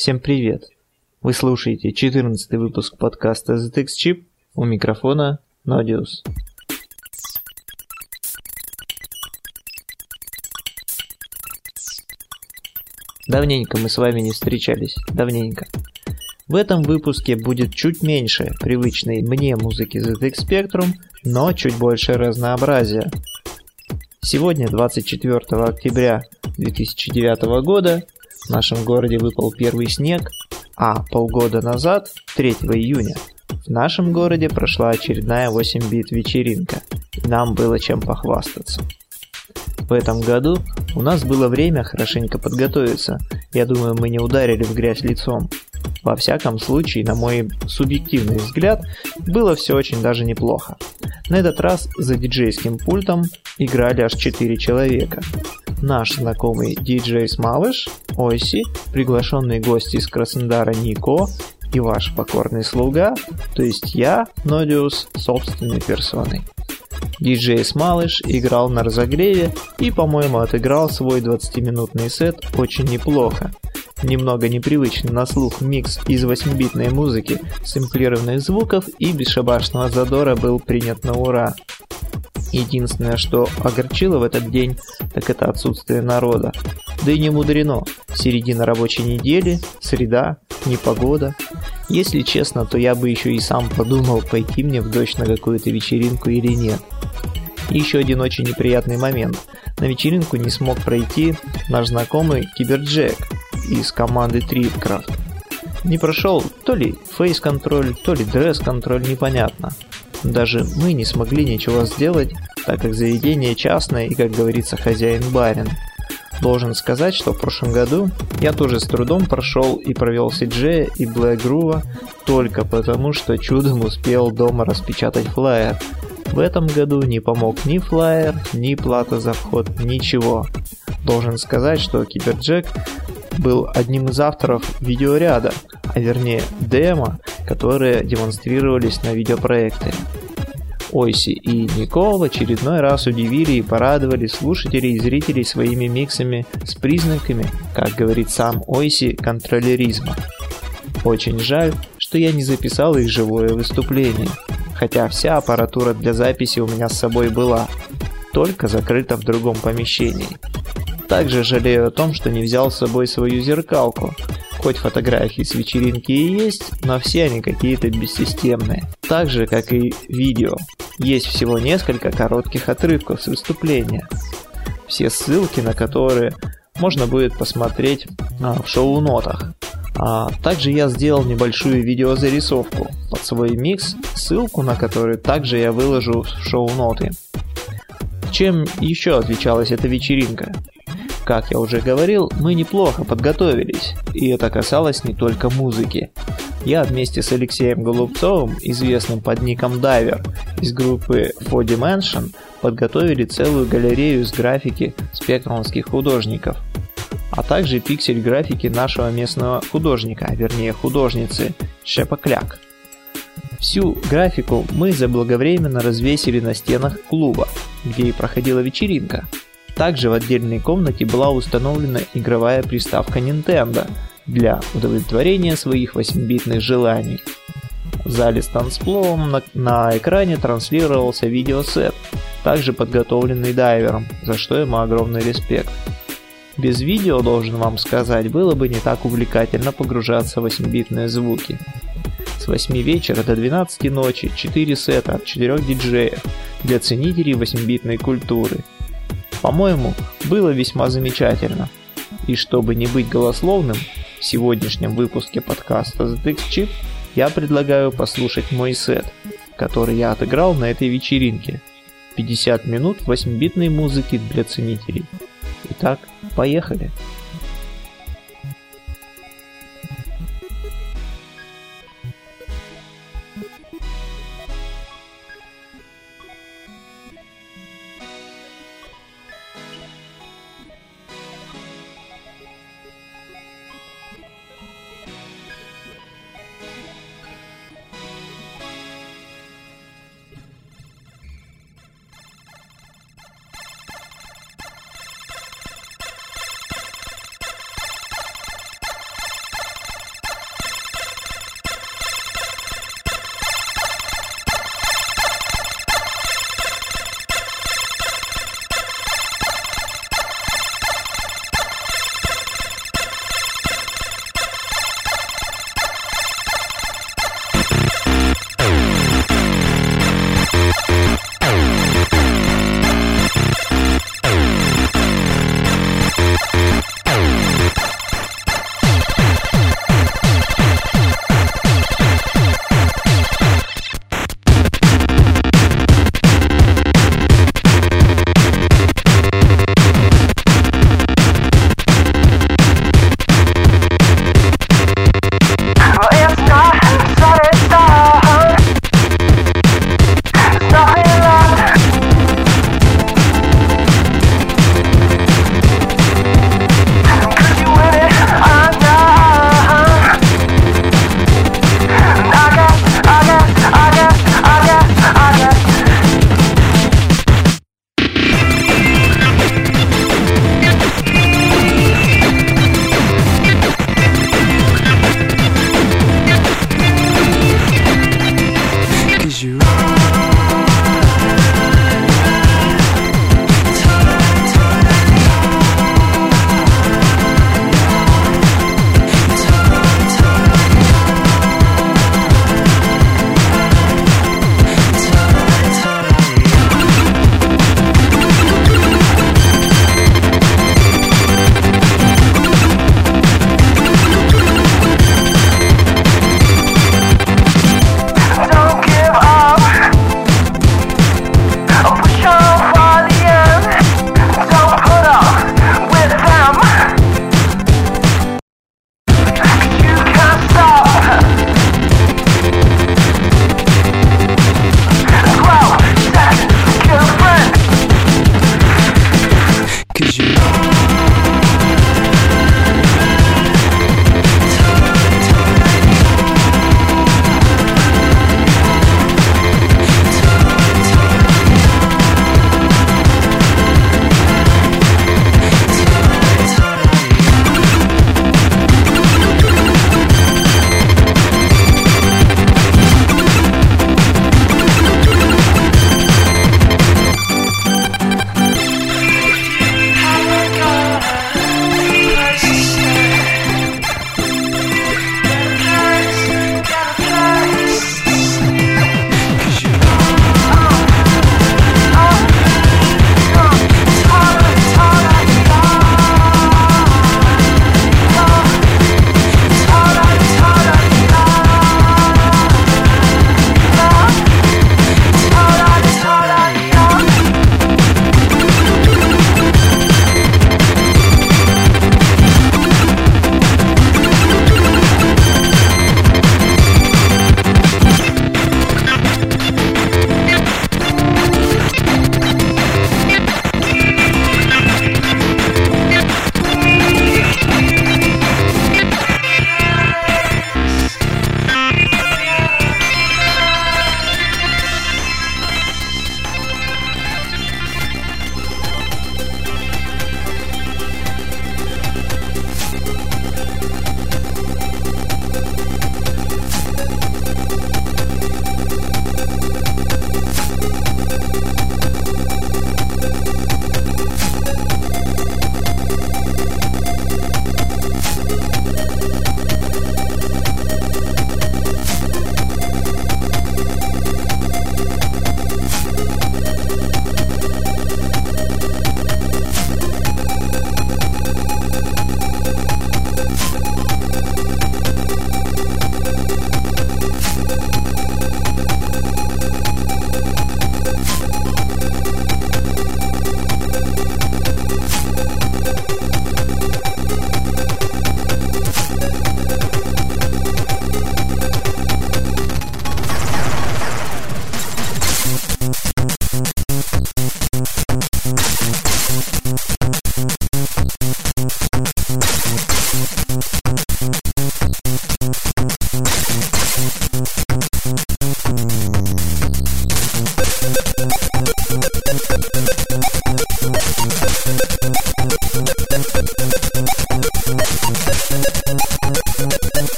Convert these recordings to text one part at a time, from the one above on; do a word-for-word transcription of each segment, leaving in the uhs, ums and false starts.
Всем привет! Вы слушаете четырнадцатый выпуск подкаста зет икс Chip, у микрофона Nodius. Давненько мы с вами не встречались, давненько. В этом выпуске будет чуть меньше привычной мне музыки зет икс Spectrum, но чуть больше разнообразия. Сегодня, двадцать четвёртого октября две тысячи девятого года, в нашем городе выпал первый снег, а полгода назад, третьего июня, в нашем городе прошла очередная восемь бит вечеринка, и нам было чем похвастаться. В этом году у нас было время хорошенько подготовиться, я думаю, мы не ударили в грязь лицом. Во всяком случае, на мой субъективный взгляд, было все очень даже неплохо. На этот раз за диджейским пультом играли аж четыре человека. Наш знакомый диджей Смалыш, Ойси, приглашенные гости из Краснодара Нико и ваш покорный слуга, то есть я, Nodius, собственной персоной. Диджей Смалыш играл на разогреве и, по-моему, отыграл свой двадцатиминутный сет очень неплохо. Немного непривычный на слух микс из восьмибитной музыки, сэмплированных звуков и бесшабашного задора был принят на ура. Единственное, что огорчило в этот день, так это отсутствие народа. Да и не мудрено. Середина рабочей недели, среда, непогода. Если честно, то я бы еще и сам подумал, пойти мне в дождь на какую-то вечеринку или нет. И еще один очень неприятный момент. На вечеринку не смог пройти наш знакомый Киберджек из команды Tripcraft. Не прошел то ли фейс-контроль, то ли дресс-контроль, непонятно. Даже мы не смогли ничего сделать, так как заведение частное и, как говорится, хозяин барин. Должен сказать, что в прошлом году я тоже с трудом прошел и провел Си-Джея и Black Groove только потому, что чудом успел дома распечатать флаер. В этом году не помог ни флаер, ни плата за вход, ничего. Должен сказать, что Киберджек был одним из авторов видеоряда, а вернее демо, которые демонстрировались на видеопроекторе. Ойси и Нико в очередной раз удивили и порадовали слушателей и зрителей своими миксами с признаками, как говорит сам Ойси, контролеризма. Очень жаль, что я не записал их живое выступление, хотя вся аппаратура для записи у меня с собой была, только закрыта в другом помещении. Также жалею о том, что не взял с собой свою зеркалку. Хоть фотографии с вечеринки и есть, но все они какие-то бессистемные. Так же, как и видео. Есть всего несколько коротких отрывков с выступления. Все ссылки на которые можно будет посмотреть а, в шоу-нотах. А также я сделал небольшую видеозарисовку под свой микс, ссылку на которую также я выложу в шоу-ноты. Чем еще отличалась эта вечеринка? Как я уже говорил, мы неплохо подготовились, и это касалось не только музыки. Я вместе с Алексеем Голубцовым, известным под ником Diver, из группы фор Dimension, подготовили целую галерею из графики спектрумских художников, а также пиксель графики нашего местного художника, а вернее художницы Шепа Кляк. Всю графику мы заблаговременно развесили на стенах клуба, где и проходила вечеринка. Также в отдельной комнате была установлена игровая приставка Nintendo для удовлетворения своих восьмибитных желаний. В зале с танцполом на, на экране транслировался видеосет, также подготовленный дайвером, за что ему огромный респект. Без видео, должен вам сказать, было бы не так увлекательно погружаться в восьмибитные звуки. С восьми вечера до двенадцати ночи четыре сета от четырёх диджеев для ценителей восьмибитной культуры. По-моему, было весьма замечательно. И чтобы не быть голословным, в сегодняшнем выпуске подкаста зет икс Chip я предлагаю послушать мой сет, который я отыграл на этой вечеринке. пятьдесят минут восьмибитной музыки для ценителей. Итак, поехали!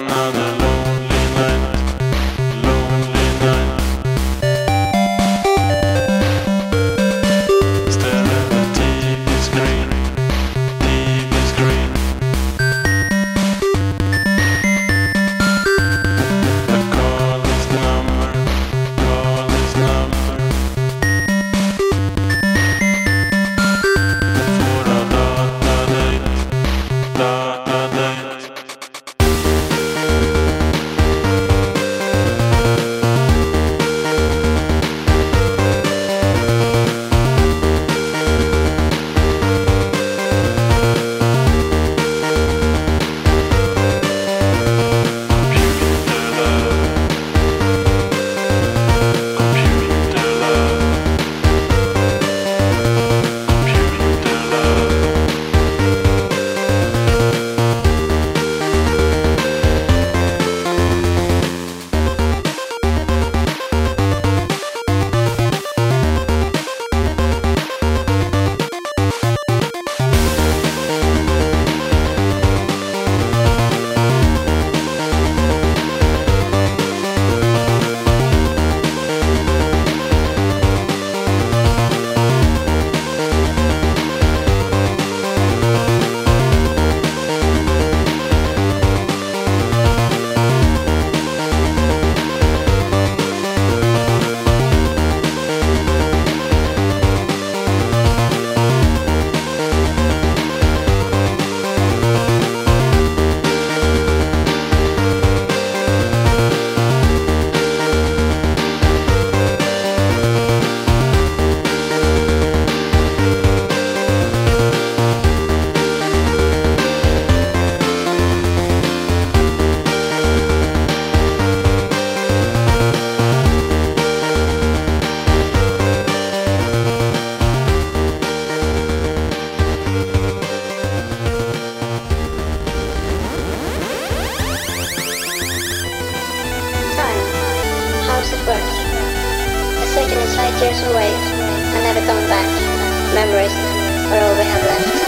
years away and never coming back. Memories are all we have left.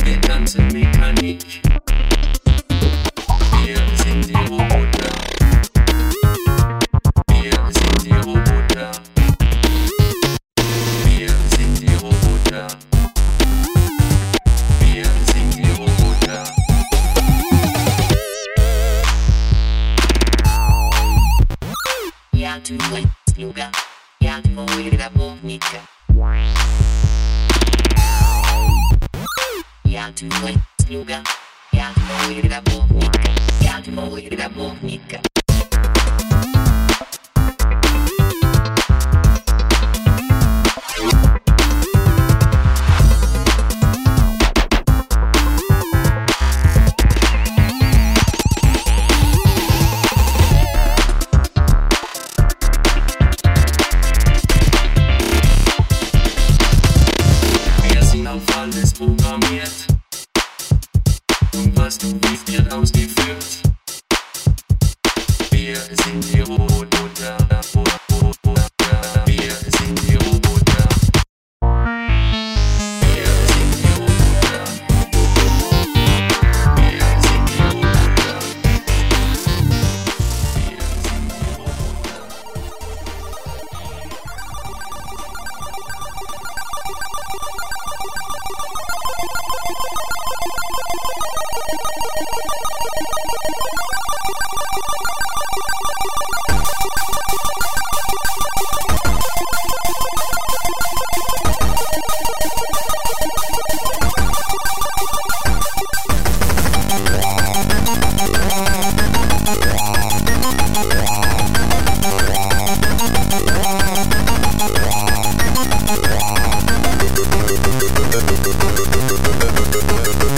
Wir tanzen Mechanik. Wir sind die Roboter. Wir sind die Roboter. Wir sind die Roboter. Wir sind die Roboter. Я твой слуга, я твой работник. Я твой слуга, я твой работник. Я твой работник. Auf alles programmiert und was du willst wird ausgeführt. Wir sind die Roboter, wir sind die Roboter, wir sind die Roboter, wir sind die Roboter, wir sind die Roboter. We'll be right back.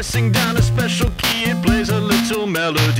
pressing down a special key, it plays a little melody.